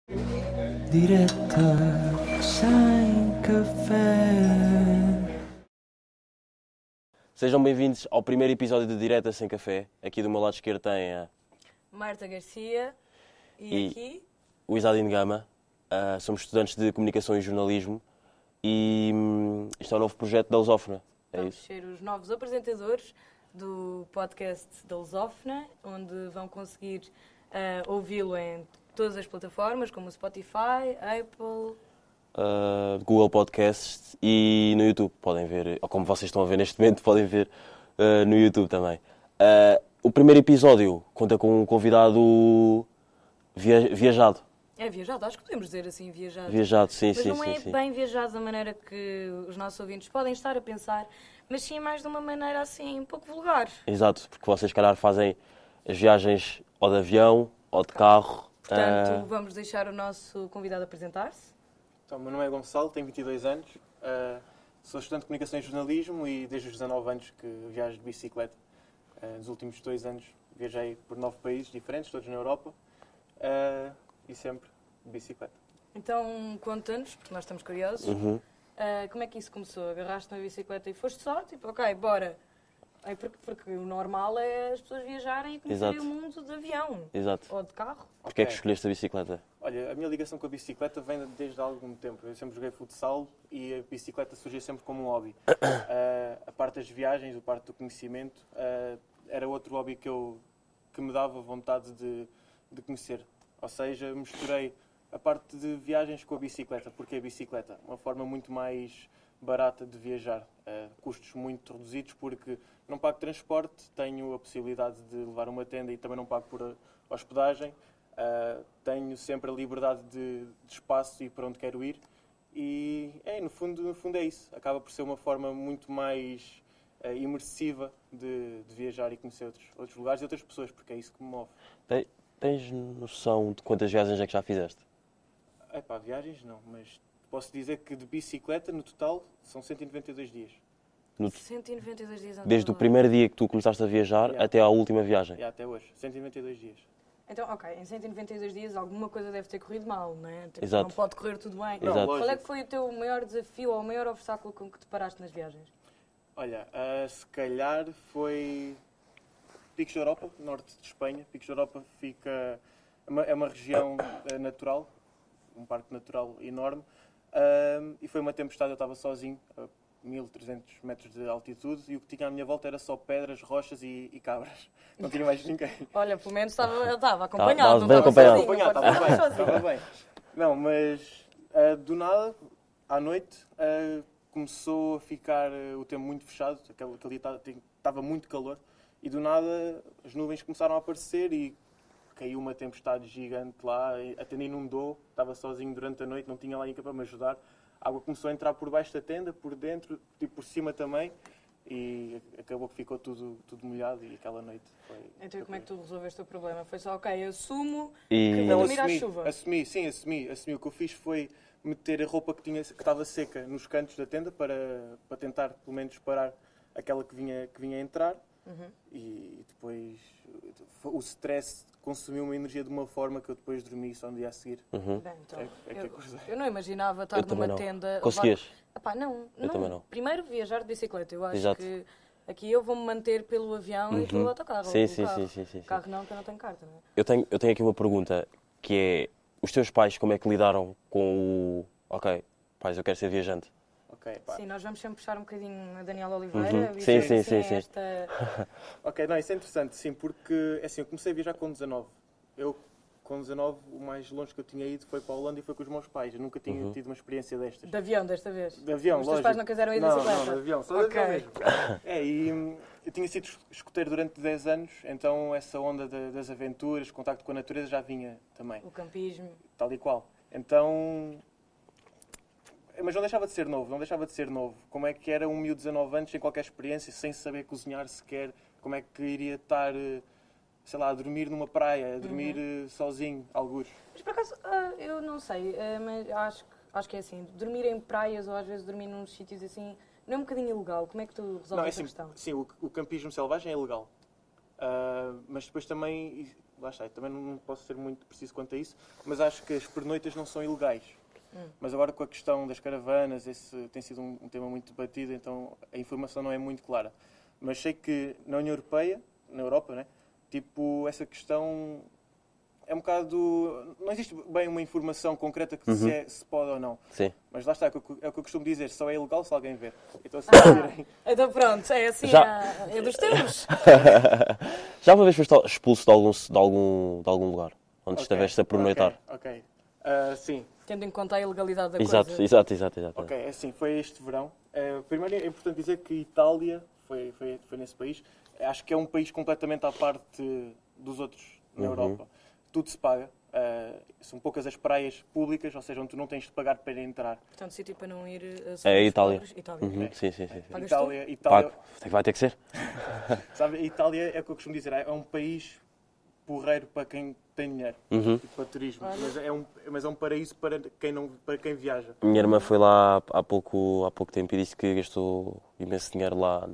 Direta sem café. Sejam bem-vindos ao primeiro episódio de Direta Sem Café. Aqui do meu lado esquerdo tem a Marta Garcia e aqui o Isadine Gama. Somos estudantes de Comunicação e Jornalismo e isto é um novo projeto da Lusófona. É vamos isso? ser os novos apresentadores do podcast da Lusófona, onde vão conseguir ouvi-lo em todas as plataformas, como o Spotify, Apple... Google Podcasts e no YouTube. Podem ver, ou como vocês estão a ver neste momento, podem ver no YouTube também. O primeiro episódio conta com um convidado viajado. É viajado, acho que podemos dizer assim, viajado. Viajado, sim, mas sim, não sim. é sim. bem viajado da maneira que os nossos ouvintes podem estar a pensar, mas sim mais de uma maneira assim, um pouco vulgar. Exato, porque vocês, se calhar, fazem as viagens ou de avião ou de carro. Portanto, vamos deixar o nosso convidado apresentar-se. Então, meu nome é Gonçalo, tenho 22 anos, sou estudante de Comunicação e Jornalismo e desde os 19 anos que viajo de bicicleta. Nos últimos 2 anos viajei por 9 países diferentes, todos na Europa, e sempre de bicicleta. Então, conta-nos, porque nós estamos curiosos, como é que isso começou? Agarraste na bicicleta e foste só? Tipo, ok, bora. Porque o normal é as pessoas viajarem e conhecerem o mundo de avião. Exato. Ou de carro. Porquê é que escolheste a bicicleta? Olha, a minha ligação com a bicicleta vem desde há algum tempo. Eu sempre joguei futsal e a bicicleta surgiu sempre como um hobby. A parte das viagens, a parte do conhecimento, era outro hobby que me dava vontade de conhecer. Ou seja, misturei a parte de viagens com a bicicleta. Porque a bicicleta uma forma muito mais barata de viajar. Custos muito reduzidos porque não pago transporte, tenho a possibilidade de levar uma tenda e também não pago por hospedagem. Tenho sempre a liberdade de espaço e para onde quero ir e no fundo é isso. Acaba por ser uma forma muito mais imersiva de viajar e conhecer outros lugares e outras pessoas, porque é isso que me move. Tens noção de quantas viagens é que já fizeste? Viagens não, mas posso dizer que de bicicleta no total são 192 dias. 192 dias antes. Desde o primeiro dia que tu começaste a viajar até à última viagem? Até hoje, 192 dias. Então, ok, em 192 dias alguma coisa deve ter corrido mal, não é? Exato. Não pode correr tudo bem. Exato. Qual é que foi o teu maior desafio ou o maior obstáculo com que te paraste nas viagens? Olha, se calhar foi Picos da Europa, norte de Espanha. Picos da Europa é uma região natural, um parque natural enorme, e foi uma tempestade, eu estava sozinho, a 1300 metros de altitude, e o que tinha à minha volta era só pedras, rochas e cabras. Não tinha mais ninguém. Olha, pelo menos estava acompanhado, Estava não bem estava sozinho. Estava bem. Não, mas do nada, à noite, começou a ficar o tempo muito fechado, aquele dia estava muito calor, e do nada as nuvens começaram a aparecer e caiu uma tempestade gigante lá, a tenda inundou, estava sozinho durante a noite, não tinha lá ninguém para me ajudar. A água começou a entrar por baixo da tenda, por dentro, tipo por cima também, e acabou que ficou tudo molhado e aquela noite foi... Então como é que tu resolveste o problema? Foi só, ok, assumo E... que vou dormir à chuva. Assumi. O que eu fiz foi meter a roupa que estava seca nos cantos da tenda para tentar, pelo menos, parar aquela que vinha a entrar. E depois o stress consumiu uma energia de uma forma que eu depois dormi só no dia a seguir. Bem, então, acusei. eu não imaginava estar numa tenda... Conseguias? Não. Eu também não. Primeiro viajar de bicicleta. Eu acho Exato. que aqui eu vou-me manter pelo avião e pelo autocarro. Sim. Carro não, que eu não tenho carta. Não é? Eu tenho aqui uma pergunta, que é, os teus pais como é que lidaram com o... Ok, pais, eu quero ser viajante. Sim, nós vamos sempre puxar um bocadinho a Daniela Oliveira. Sim. Esta... Ok, não, isso é interessante, sim, porque assim, eu comecei a viajar com 19. Eu, com 19, o mais longe que eu tinha ido foi para a Holanda e foi com os meus pais. Eu nunca tinha tido uma experiência destas. De avião, desta vez? De avião, Os lógico. teus pais não quiseram ir de bicicleta? Não, de avião, só de avião mesmo. E eu tinha sido escoteiro durante 10 anos, então essa onda das aventuras, contacto com a natureza já vinha também. O campismo. Tal e qual. Então... Mas não deixava de ser novo. Como é que era um miúdo de 19 anos sem qualquer experiência, sem saber cozinhar sequer? Como é que iria estar, sei lá, a dormir numa praia, a dormir sozinho, algures? Mas por acaso, eu não sei, mas acho que é assim, dormir em praias ou às vezes dormir num sítios assim, não é um bocadinho ilegal? Como é que tu resolves essa questão? Sim, o campismo selvagem é ilegal. Mas depois também, lá está, também não posso ser muito preciso quanto a isso, mas acho que as pernoitas não são ilegais. Mas agora com a questão das caravanas, esse tem sido um tema muito debatido, então a informação não é muito clara. Mas sei que na União Europeia, na Europa, né, tipo, essa questão é um bocado... Não existe bem uma informação concreta que se pode ou não. Sim. Mas lá está, é o que eu costumo dizer, só é ilegal se alguém ver. Então, se virem... Então pronto, é assim, é dos teus. Já uma vez foste expulso de algum lugar? Onde estiveste a pernoitar? Ok. Sim. Tendo em conta a ilegalidade da Exato. Ok, é assim, foi este verão. Primeiro é importante dizer que Itália foi nesse país. Acho que é um país completamente à parte dos outros na Europa. Tudo se paga. São poucas as praias públicas, ou seja, onde tu não tens de pagar para entrar. Portanto, sítio para não ir... É Itália. Itália. Sim. Pagas Itália, Pago. Vai ter que ser. sabe, Itália é o que eu costumo dizer, é um país porreiro para quem tem dinheiro, tipo, para turismo, mas é um paraíso para quem viaja. A minha irmã foi lá há pouco tempo e disse que gastou imenso dinheiro lá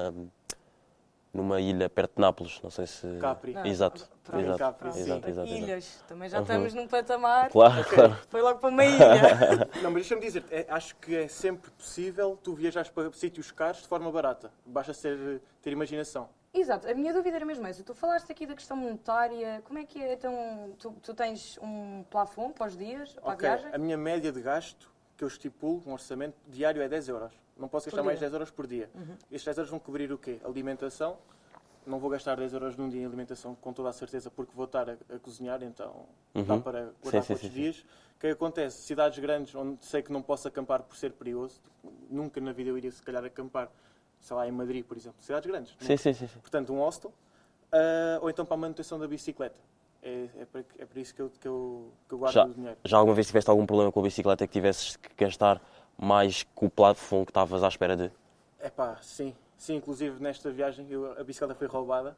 numa ilha perto de Nápoles, não sei se... Capri. Exato. Exato. Ilhas, também já estamos num patamar. Claro. Foi logo para uma ilha. Não, mas deixa-me dizer, acho que é sempre possível tu viajares para sítios caros de forma barata. Basta ter imaginação. Exato, a minha dúvida era mesmo essa. Tu falaste aqui da questão monetária, como é que é? Então, tu tens um plafond para os dias, para a viagem? A minha média de gasto que eu estipulo, um orçamento diário é 10 euros. Não posso gastar mais 10 euros por dia. Estes 10 euros vão cobrir o quê? Alimentação. Não vou gastar 10 euros num dia em alimentação com toda a certeza porque vou estar a cozinhar, então dá para guardar para outros dias. O que acontece? Cidades grandes onde sei que não posso acampar por ser perigoso. Nunca na vida eu iria se calhar acampar, sei lá, em Madrid, por exemplo. Cidades grandes. Sim. Portanto, um hostel. Ou então para a manutenção da bicicleta. É por isso que eu guardo o dinheiro. Já alguma vez tiveste algum problema com a bicicleta que tivesses que gastar mais que o plafond que estavas à espera de? Sim. Sim, inclusive nesta viagem a bicicleta foi roubada.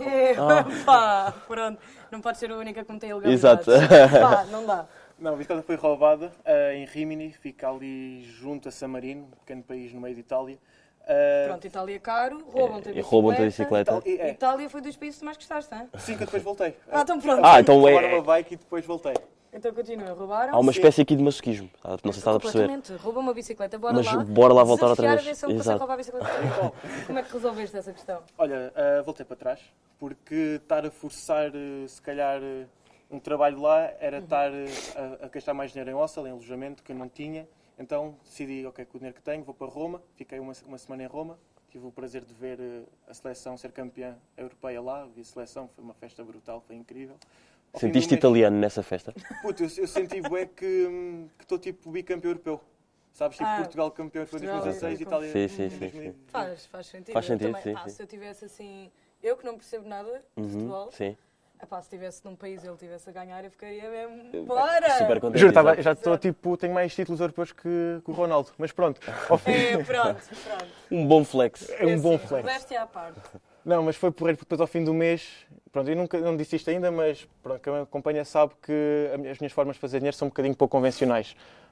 Pronto. Não pode ser a única que não tem ilegalidade. Exato. Não dá. Não, a bicicleta foi roubada em Rimini, fica ali junto a San Marino, um pequeno país no meio de Itália. Pronto, Itália é caro, roubam-te a bicicleta. Roubam-te a bicicleta. Itália foi dos países que mais gostaste, não é? Sim, que eu depois voltei. Então pronto. Então roubaram uma bike e depois voltei. Então continua, roubaram. Há uma espécie aqui de masoquismo, não sei se estás a perceber. Completamente, rouba uma bicicleta, bora lá voltar outra vez. A ver se ele consegue roubar a bicicleta. Como é que resolveste essa questão? Olha, voltei para trás, porque estar a forçar, se calhar, um trabalho lá era estar a gastar mais dinheiro em hostel, em alojamento, que eu não tinha. Então decidi, ok, com o dinheiro que tenho, vou para Roma, fiquei uma semana em Roma, tive o prazer de ver a seleção ser campeã europeia lá, vi a seleção, foi uma festa brutal, foi incrível. Sentiste italiano nessa festa? Puto, eu senti bué que estou tipo bicampeão europeu. Sabes, tipo Portugal campeão foi em 2016 e Itália em 2020. Faz sentido. Faz sentido, também, sim. Se eu tivesse assim, eu que não percebo nada de futebol, Sim. se estivesse num país e ele estivesse a ganhar, eu ficaria mesmo, bora! Super contente. Juro, já estou tipo, tenho mais títulos europeus que o Ronaldo, mas pronto. Pronto. Um bom flex. É um bom flex. Modéstia à parte. Não, mas foi porreiro, porque depois ao fim do mês, pronto, eu não disse isto ainda, mas pronto, quem me acompanha sabe que as minhas formas de fazer dinheiro são um bocadinho pouco convencionais.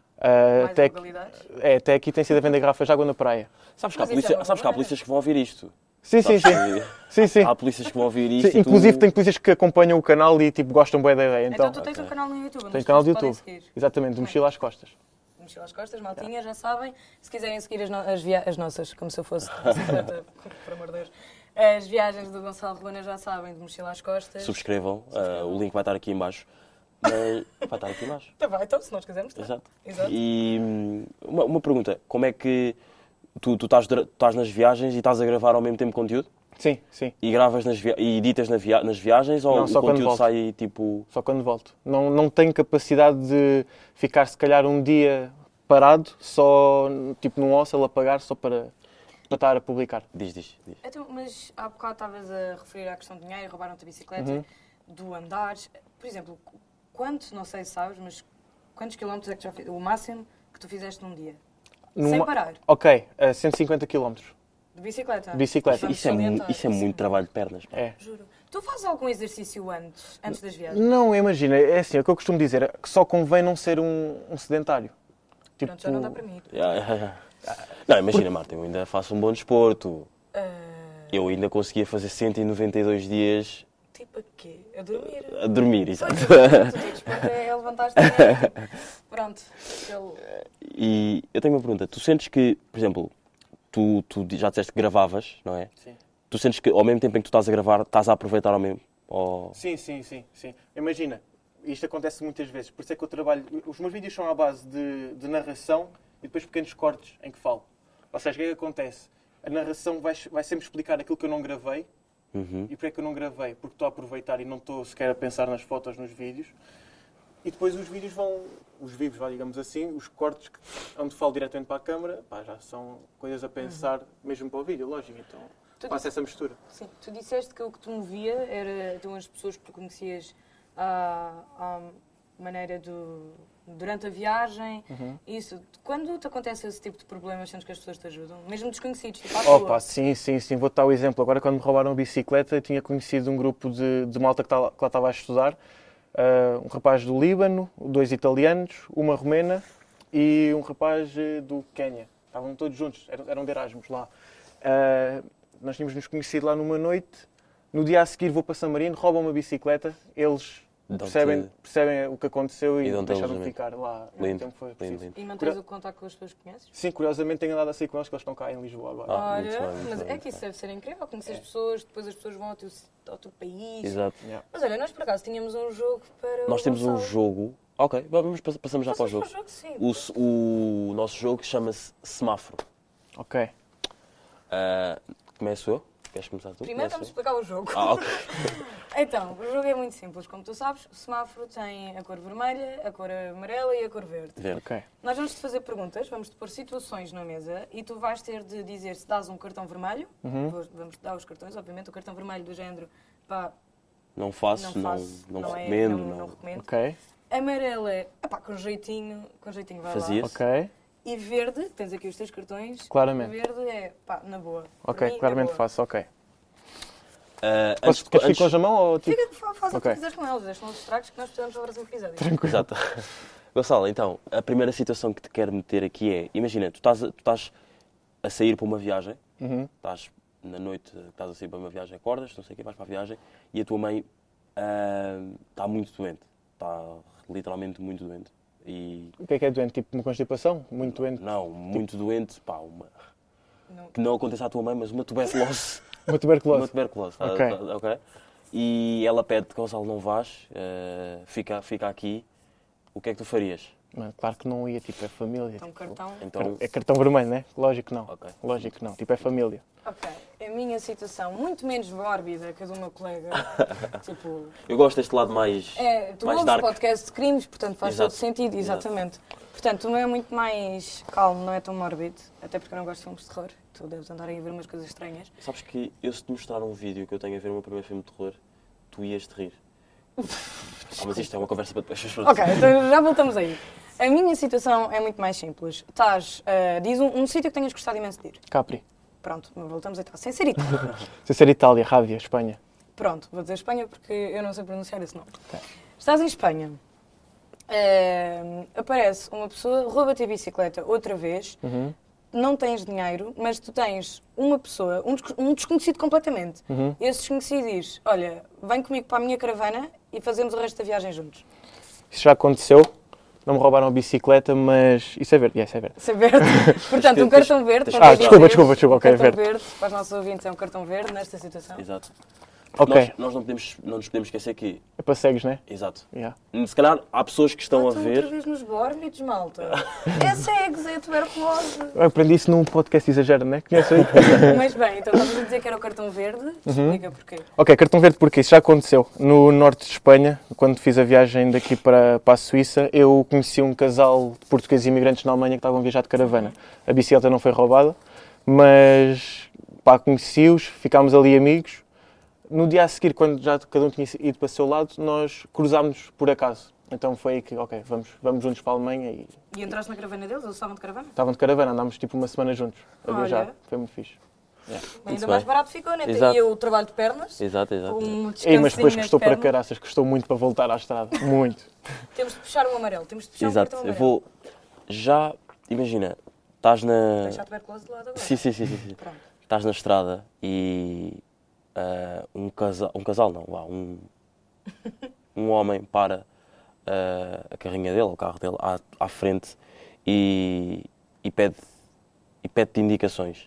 Até aqui tem sido a vender garrafas de água na praia. Sabes que há polícias que vão ouvir isto. Sim. Há polícias que vão ouvir isto. Sim, inclusive tem polícias que acompanham o canal e tipo, gostam bem da ideia. Então tu tens um canal no YouTube. Tenho canal do YouTube. Exatamente, do Mochila às Costas. Mochila às Costas, maltinha, já sabem. Se quiserem seguir as nossas, como se eu fosse bicicleta, por amor de Deus. As viagens do Gonçalo Ruana já sabem, de Mochila às Costas. Subscrevam. O link vai estar aqui em baixo. Vai estar aqui em baixo. Então, se nós quisermos. Exato. E uma pergunta, como é que tu estás nas viagens e estás a gravar ao mesmo tempo conteúdo? Sim. E gravas e editas nas viagens ou não, o conteúdo sai tipo... Só quando volto. Não tenho capacidade de ficar se calhar um dia parado, só tipo num hostel a pagar só para estar a publicar. Diz. Então, mas há bocado estavas a referir à questão de dinheiro, roubaram-te a bicicleta, do andar. Por exemplo, não sei se sabes, mas quantos quilómetros é que já fizeste? O máximo que tu fizeste num dia? Sem parar? Ok, 150 km. De bicicleta? Bicicleta. Isso é muito trabalho de pernas. É. Juro. Tu fazes algum exercício antes das viagens? Não, imagina, é assim, o que eu costumo dizer é que só convém não ser um sedentário. Tipo, Pronto, já não dá para mim. Não, imagina, Marta, eu ainda faço um bom desporto. Eu ainda conseguia fazer 192 dias Tipo a quê? A dormir? A dormir, exato. Tu tens que é levantar-te também. Pronto. E eu tenho uma pergunta. Tu sentes que, por exemplo, tu já disseste que gravavas, não é? Sim. Tu sentes que ao mesmo tempo em que tu estás a gravar, estás a aproveitar ao mesmo? Ou... Sim. Imagina, isto acontece muitas vezes. Por isso é que eu trabalho... Os meus vídeos são à base de narração e depois pequenos cortes em que falo. Ou seja, o que é que acontece? A narração vai sempre explicar aquilo que eu não gravei. E porquê é que eu não gravei? Porque estou a aproveitar e não estou sequer a pensar nas fotos, nos vídeos. E depois os vídeos os vivos, digamos assim, os cortes onde falo diretamente para a câmara, já são coisas a pensar mesmo para o vídeo, lógico. Então faço essa mistura. Sim, tu disseste que o que te movia era então, as pessoas que tu conhecias à maneira durante a viagem. Isso. Quando te acontece esse tipo de problemas, sentes que as pessoas te ajudam? Mesmo desconhecidos, tipo à toa? Sim. Vou dar o exemplo. Agora, quando me roubaram a bicicleta, eu tinha conhecido um grupo de malta que lá estava a estudar. Um rapaz do Líbano, 2 italianos, uma romena e um rapaz do Quénia. Estavam todos juntos, eram de Erasmus lá. Nós tínhamos nos conhecido lá numa noite. No dia a seguir vou para San Marino, roubam uma bicicleta, eles percebem o que aconteceu e deixaram-me ficar lá. Lindo. Foi Lindo. E mantens o contacto com as pessoas que conheces? Sim, curiosamente tenho andado a sair com eles, que eles estão cá em Lisboa agora. Olha, mas é que isso deve ser incrível, conhecer as pessoas, depois as pessoas vão ao teu país. Exato. Mas olha, nós por acaso tínhamos um jogo para Nós temos um jogo... Ok, passamos já para o jogo. Sim. O nosso jogo chama-se Semáforo. Ok. Começo eu? Queres começar tu? Primeiro vamos explicar o jogo. Ok. Então, o jogo é muito simples. Como tu sabes, o semáforo tem a cor vermelha, a cor amarela e a cor verde. Ok. Nós vamos-te fazer perguntas, vamos-te pôr situações na mesa e tu vais ter de dizer se dás um cartão vermelho. Vamos-te dar os cartões, obviamente. O cartão vermelho do género, não faço, não recomendo. Não recomendo. Ok. Amarela é, com jeitinho vai Fazias. lá. Ok. E verde, tens aqui os teus cartões. Claramente. Verde é, na boa. Ok, mim, claramente boa. faço, ok. Queres Ficar com as a mão ou tipo... Faz o que quiseres com eles, deixam os estragos que nós precisamos para o próximo episódio. Tranquilo. Exato. Gonçalo, então, a primeira situação que te quero meter aqui é, imagina, tu estás a sair para uma viagem, estás na noite, estás a sair para uma viagem, acordas, não sei o que, vais para a viagem, e a tua mãe está muito doente, está literalmente muito doente. E... O que é doente? Tipo uma constipação? Muito doente? Não, muito doente, que não aconteça à tua mãe, mas uma tuberculose. Uma tuberculose? Uma tuberculose, ok. E ela pede que Gonçalo não vás, fica aqui. O que é que tu farias? Mano, claro que não ia, tipo, é família. Então, tipo, cartão. Então... É cartão vermelho, não é? Lógico que não. Ok. Lógico que não. Tipo, é família. Ok. A minha situação, muito menos mórbida que a do meu colega. Tipo... Eu gosto deste lado mais Tu mais ouves dark. podcast de crimes, portanto faz Exato. todo sentido, exatamente. Portanto, o meu é muito mais calmo, não é tão mórbido. Até porque eu não gosto de filmes de terror. Tu deves andar aí a ver umas coisas estranhas. Sabes que eu, se te mostrar um vídeo que eu tenho a ver o meu primeiro filme de terror, tu ias te rir. Mas isto é uma conversa para depois. Ok, então já voltamos aí. A minha situação é muito mais simples. Diz um sítio que tenhas gostado imenso de ir. Capri. Pronto, voltamos então. Sem ser Itália. Sem ser Itália, Rávia, Espanha. Pronto, vou dizer Espanha porque eu não sei pronunciar esse nome. Okay. Estás em Espanha. Aparece uma pessoa, rouba-te a bicicleta outra vez. Não tens dinheiro, mas tu tens uma pessoa, um desconhecido completamente. Esse desconhecido diz, olha, vem comigo para a minha caravana e fazemos o resto da viagem juntos. Isso já aconteceu. Não me roubaram a bicicleta, mas... Isso é verde, isso é verde. Isso é verde. Portanto, um cartão verde... Desculpa, ok, cartão verde. verde, para os nossos ouvintes, é um cartão verde nesta situação. Exato. Ok. Nós não nos podemos esquecer que... É para cegos, não é? Exato. Yeah. Se calhar há pessoas que estão a Outra ver... vez nos bórmidos, malta. É cegos, é tuberculose. Eu aprendi isso num podcast exagero, não é? Conhece aí? Mas bem, então estavas a dizer que era o cartão verde. Explica porquê. Ok, cartão verde porque isso já aconteceu. No norte de Espanha, quando fiz a viagem daqui para a Suíça, eu conheci um casal de portugueses imigrantes na Alemanha que estavam a viajar de caravana. A bicicleta não foi roubada, mas conheci-os, ficámos ali amigos. No dia a seguir, quando já cada um tinha ido para o seu lado, nós cruzámos por acaso. Então foi aí que, ok, vamos juntos para a Alemanha e... E entraste na caravana deles? Eles estavam de caravana? Estavam de caravana, andámos tipo uma semana juntos a viajar. Foi muito fixe. Ainda mais barato ficou, né? Exato. E o trabalho de pernas. Exato. Mas depois custou para caraças, custou muito para voltar à estrada. Muito. Temos de puxar um amarelo, temos de puxar Exato. um cartão amarelo. Eu vou... Já... Imagina, estás na... Deixa a tuberculose de lado agora. Sim. Pronto. Estás na estrada e um casal não, vá, um homem para a carrinha dele, o carro dele, à frente e pede-te indicações.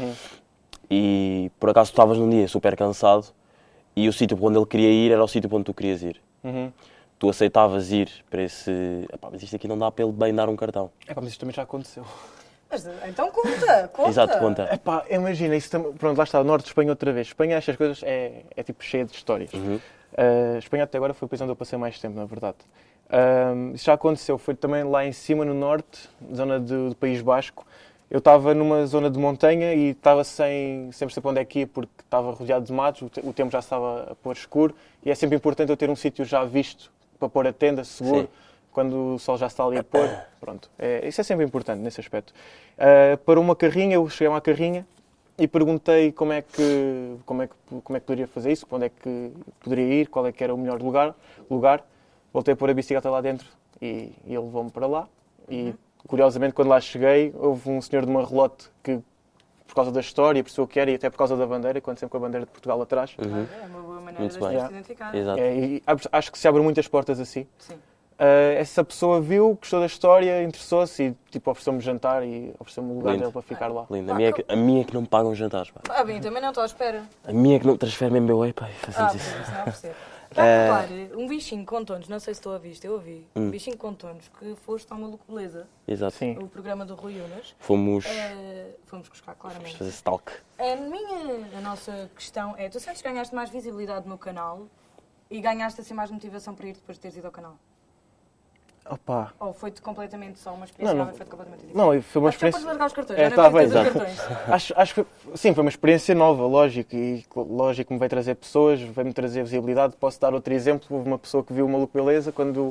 E por acaso tu estavas num dia super cansado e o sítio para onde ele queria ir era o sítio para onde tu querias ir. Tu aceitavas ir para esse... Epá, mas isto aqui não dá para ele bem dar um cartão. Mas isto também já aconteceu. Mas, então conta. Exato, conta. Imagina, isso também, pronto, lá está, o norte de Espanha outra vez. Espanha, estas coisas, é tipo cheia de histórias. Espanha até agora foi o país onde eu passei mais tempo, na verdade. Isso já aconteceu, foi também lá em cima, no norte, zona do País Basco. Eu estava numa zona de montanha e estava sem saber onde é que ia, porque estava rodeado de matos, o tempo já estava a pôr escuro, e é sempre importante eu ter um sítio já visto para pôr a tenda, seguro. Sim. Quando o sol já está ali a pôr, pronto. Isso é sempre importante nesse aspecto. Para uma carrinha, eu cheguei a uma carrinha e perguntei como é que poderia fazer isso, para onde é que poderia ir, qual é que era o melhor lugar. Voltei a pôr a bicicleta lá dentro e ele levou-me para lá. E, curiosamente, quando lá cheguei, houve um senhor de uma relote que, por causa da história, percebeu o que era e até por causa da bandeira, quando sempre com a bandeira de Portugal atrás. É uma boa maneira muito de bem. se identificar. E acho que se abrem muitas portas assim. Sim. Essa pessoa viu, gostou da história, interessou-se e ofereceu-me jantar e ofereceu-me um lugar dele para ficar lá. Lindo. A minha é que não me pagam jantares. Pá. Bem, também não estou à espera. A minha é que não transfere MBA, pá, fazemos isso. Isso não percebo. Repare, um bichinho com tonos, não sei se estou a ouvir, eu ouvi. Um bichinho com tonos que foste ao Maluco Beleza. Exato. Sim. O programa do Rui Unas. Fomos buscar, claramente. fazer stalk. A nossa questão é, tu sentes que ganhaste mais visibilidade no canal e ganhaste assim mais motivação para ir depois de teres ido ao canal? Opa. Ou foi-te completamente só uma experiência nova e foi-te completamente diferente? Não, foi uma experiência... Já podes largar os cartões, Está bem, os cartões. Acho que sim, foi uma experiência nova, lógico, e lógico que me veio trazer pessoas, veio-me trazer visibilidade. Posso dar outro exemplo, houve uma pessoa que viu o Maluco Beleza quando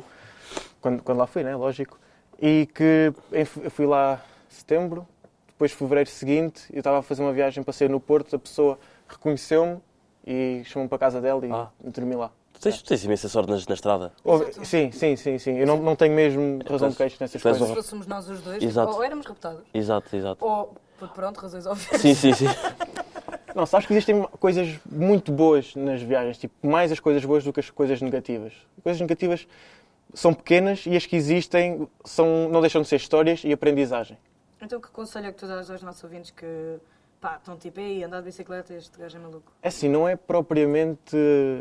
lá fui, né, lógico, e que eu fui lá em setembro, depois fevereiro seguinte, eu estava a fazer uma viagem, passei no Porto, a pessoa reconheceu-me e chamou-me para a casa dela e dormi lá. Tu tens imensa sorte na estrada. Sim. Eu não tenho mesmo razão de queixo nessas coisas. Se fôssemos nós os dois, ou éramos reputados. Exato. Ou, pronto, razões óbvias. Sim. Não, sabes que existem coisas muito boas nas viagens, tipo, mais as coisas boas do que as coisas negativas. As coisas negativas são pequenas e as que existem não deixam de ser histórias e aprendizagem. Então, que conselho é que tu dás aos nossos ouvintes que estão tipo aí, andar de bicicleta e este gajo é maluco? É assim, não é propriamente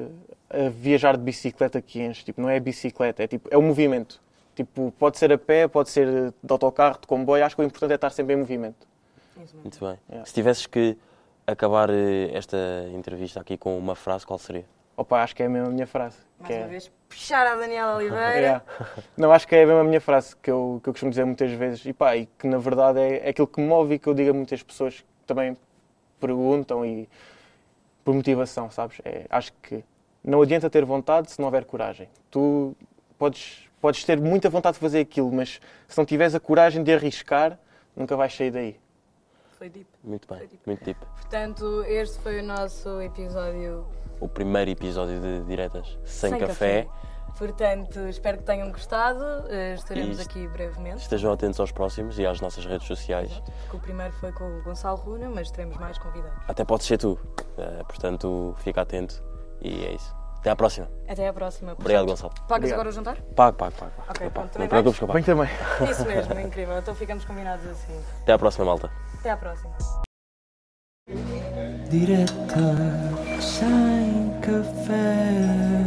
a viajar de bicicleta que enche, tipo, não é a bicicleta, é o movimento. Tipo, pode ser a pé, pode ser de autocarro, de comboio, acho que o importante é estar sempre em movimento. Muito bem. Se tivesses que acabar esta entrevista aqui com uma frase, qual seria? Acho que é a mesma minha frase. Mais uma vez, puxar a Daniela Oliveira. Não, acho que é a mesma minha frase que eu costumo dizer muitas vezes e que na verdade é aquilo que me move e que eu digo a muitas pessoas que também perguntam e por motivação, sabes? Acho que não adianta ter vontade se não houver coragem. Tu podes ter muita vontade de fazer aquilo, mas se não tiveres a coragem de arriscar, nunca vais sair daí. Foi deep. Muito bem, muito deep. Portanto, este foi o nosso episódio... O primeiro episódio de Diretas Sem Café. Portanto, espero que tenham gostado. Estaremos aqui brevemente. Estejam atentos aos próximos e às nossas redes sociais. Porque o primeiro foi com o Gonçalo Runa, mas teremos mais convidados. Até pode ser tu. Portanto, fica atento e é isso. Até à próxima. Até à próxima. Obrigado, Gonçalo. Pagas agora o jantar? Pago. Ok, pronto. Não te preocupes que eu pago. Bem também. Isso mesmo, incrível. Então ficamos combinados assim. Até à próxima, malta. Até à próxima. Direta sem café.